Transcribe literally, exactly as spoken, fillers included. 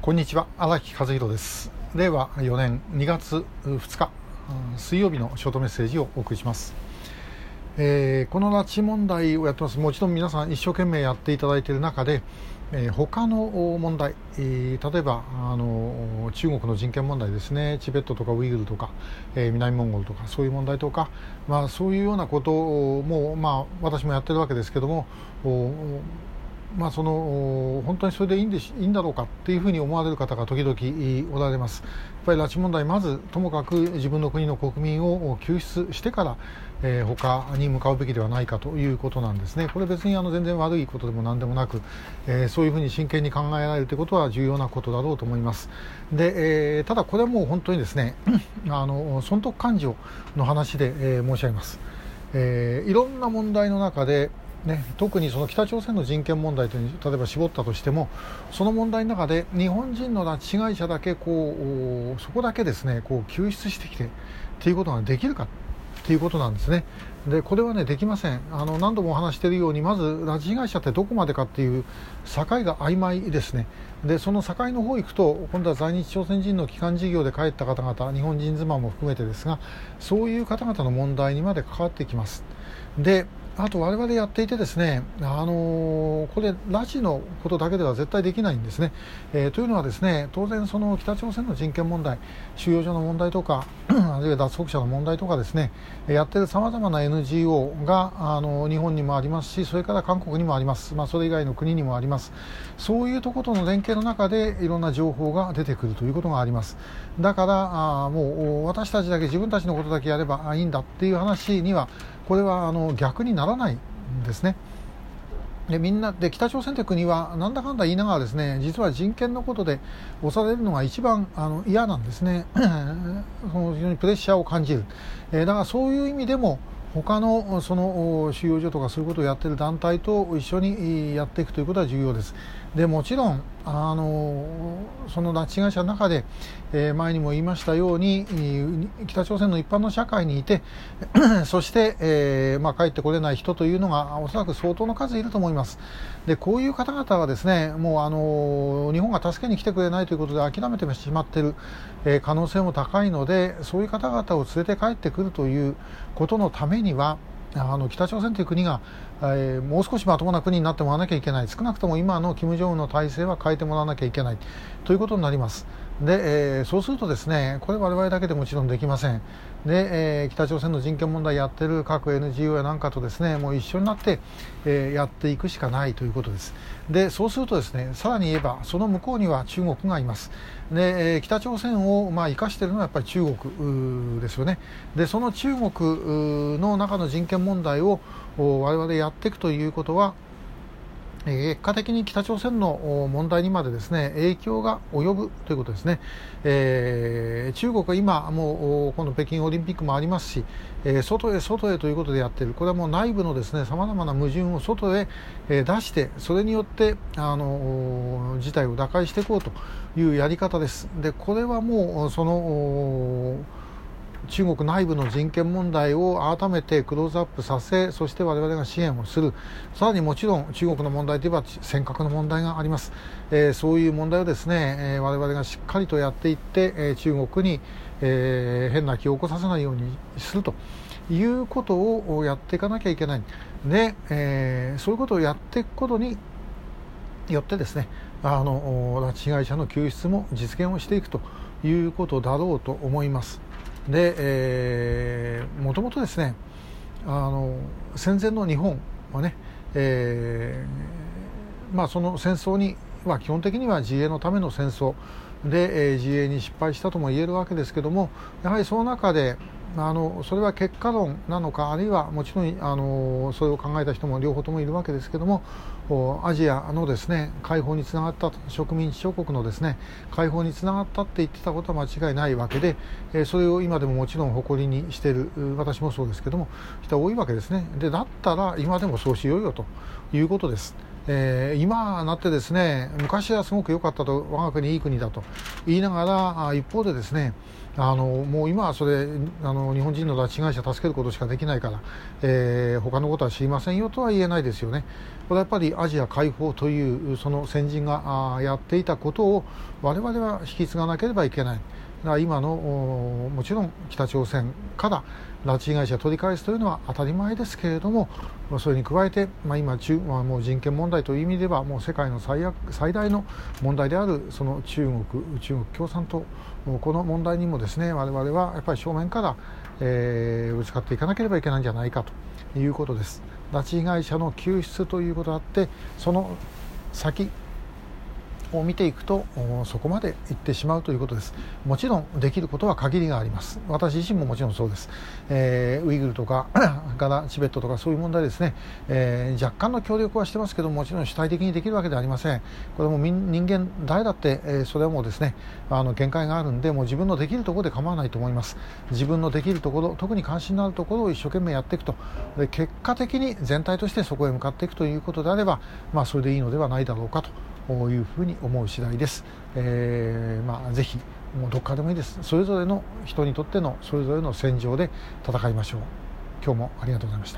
こんにちは、荒木和弘です。れいわよねんにがつふつか水曜日のショートメッセージをお送りします。えー、この拉致問題をやってます。もちろん皆さん一生懸命やっていただいている中で、えー、他の問題、えー、例えばあの中国の人権問題ですね、チベットとかウイグルとか、えー、南モンゴルとかそういう問題とか、まあ、そういうようなことも、まあ、私もやってるわけですけども、まあ、その本当にそれでいいんでしいいんだろうかっていうふうに思われる方が時々おられます。やっぱり拉致問題、まずともかく自分の国の国民を救出してから、えー、他に向かうべきではないかということなんですね。これ別にあの全然悪いことでも何でもなく、えー、そういうふうに真剣に考えられるということは重要なことだろうと思います。で、えー、ただこれはもう本当にですねあの損得感情の話で、えー、申し上げます。えー、いろんな問題の中でね、特にその北朝鮮の人権問題というのに例えば絞ったとしても、その問題の中で日本人の拉致被害者だけこうそこだけですねこう救出してきてということができるかということなんですね。でこれはねできません。あの何度もお話しているように、まず拉致被害者ってどこまでかっていう境が曖昧ですね。でその境の方行くと、今度は在日朝鮮人の帰還事業で帰った方々、日本人妻も含めてですが、そういう方々の問題にまで関わってきます。であと我々やっていてですね、あのー、これ拉致のことだけでは絶対できないんですね。えー、というのはですね、当然その北朝鮮の人権問題、収容所の問題とかあるいは脱北者の問題とかですね、やっているさまざまな エヌジーオー があの日本にもありますし、それから韓国にもあります。まあ、それ以外の国にもあります。そういうところとの連携の中でいろんな情報が出てくるということがあります。だからあもう私たちだけ自分たちのことだけやればいいんだっていう話には、これはあの逆にならないんですね。でみんなで北朝鮮という国はなんだかんだ言いながらですね、実は人権のことで押されるのが一番あの嫌なんですね。その非常にプレッシャーを感じる。えー、だからそういう意味でも他のその収容所とかそういうことをやっている団体と一緒にやっていくということは重要です。でもちろんあのその拉致被害者の中で、えー、前にも言いましたように北朝鮮の一般の社会にいてそして、えーまあ、帰ってこれない人というのがおそらく相当の数いると思います。でこういう方々はですね、もうあの日本が助けに来てくれないということで諦めてしまっている、えー、可能性も高いので、そういう方々を連れて帰ってくるということのためには、あの北朝鮮という国が、えー、もう少しまともな国になってもらわなきゃいけない。少なくとも今の金正恩の体制は変えてもらわなきゃいけないということになります。で、えー、そうするとですね、これ我々だけでもちろんできません。で、えー、北朝鮮の人権問題やってる各 エヌジーオー やなんかとですね、もう一緒になって、えー、やっていくしかないということです。で、そうするとですね、さらに言えばその向こうには中国がいます。で、えー、北朝鮮をまあ生かしているのはやっぱり中国ですよね。で、その中国の中の人権問題を我々やっていくということは、結果的に北朝鮮の問題にまでですね影響が及ぶということですね。えー、中国は今もう今度北京オリンピックもありますし、えー、外へ外へということでやっている。これはもう内部のですねさまざまな矛盾を外へ出して、それによってあの事態を打開していこうというやり方です。でこれはもうその中国内部の人権問題を改めてクローズアップさせ、そして我々が支援をする。さらにもちろん中国の問題といえば尖閣の問題があります。えー、そういう問題をですね、えー、我々がしっかりとやっていって、えー、中国に、えー、変な気を起こさせないようにするということをやっていかなきゃいけない。で、えー、そういうことをやっていくことによってですね、あの拉致被害者の救出も実現をしていくということだろうと思います。で、えー、もともとですね、あの戦前の日本はね、えーまあ、その戦争には基本的には自衛のための戦争で、えー、自衛に失敗したとも言えるわけですけども、やはりその中であのそれは結果論なのか、あるいはもちろんあのそれを考えた人も両方ともいるわけですけども、アジアのですね解放につながった、植民地諸国のですね解放につながったって言ってたことは間違いないわけで、それを今でももちろん誇りにしている、私もそうですけども、人は多いわけですね。でだったら今でもそうしようよということです。えー、今なってですね、昔はすごく良かったと、我が国いい国だと言いながら、一方でですね、あのもう今はそれあの日本人の拉致被害者助けることしかできないから、えー、他のことは知りませんよとは言えないですよね。 これはやっぱりアジア解放というその先人がやっていたことを我々は引き継がなければいけない。だから今のもちろん北朝鮮から拉致被害者を取り返すというのは当たり前ですけれども、それに加えて、まあ、今中、まあ、もう人権問題という意味ではもう世界の最悪最大の問題であるその中国中国共産党、この問題にもですね我々はやっぱり正面から、えー、ぶつかっていかなければいけないんじゃないかということです。拉致被害者の救出ということであって、その先を見ていくとそこまで行ってしまうということです。もちろんできることは限りがあります。私自身ももちろんそうです。えー、ウイグルとかガラチベットとかそういう問題ですね、えー、若干の協力はしてますけど、もちろん主体的にできるわけではありません。これも人間誰だって、えー、それはもうですねあの限界があるんで、もう自分のできるところで構わないと思います。自分のできるところ、特に関心のあるところを一生懸命やっていくと、で結果的に全体としてそこへ向かっていくということであれば、まあ、それでいいのではないだろうかというふうに思う次第です。えーまあ、ぜひもうどっかでもいいです。それぞれの人にとってのそれぞれの戦場で戦いましょう。今日もありがとうございました。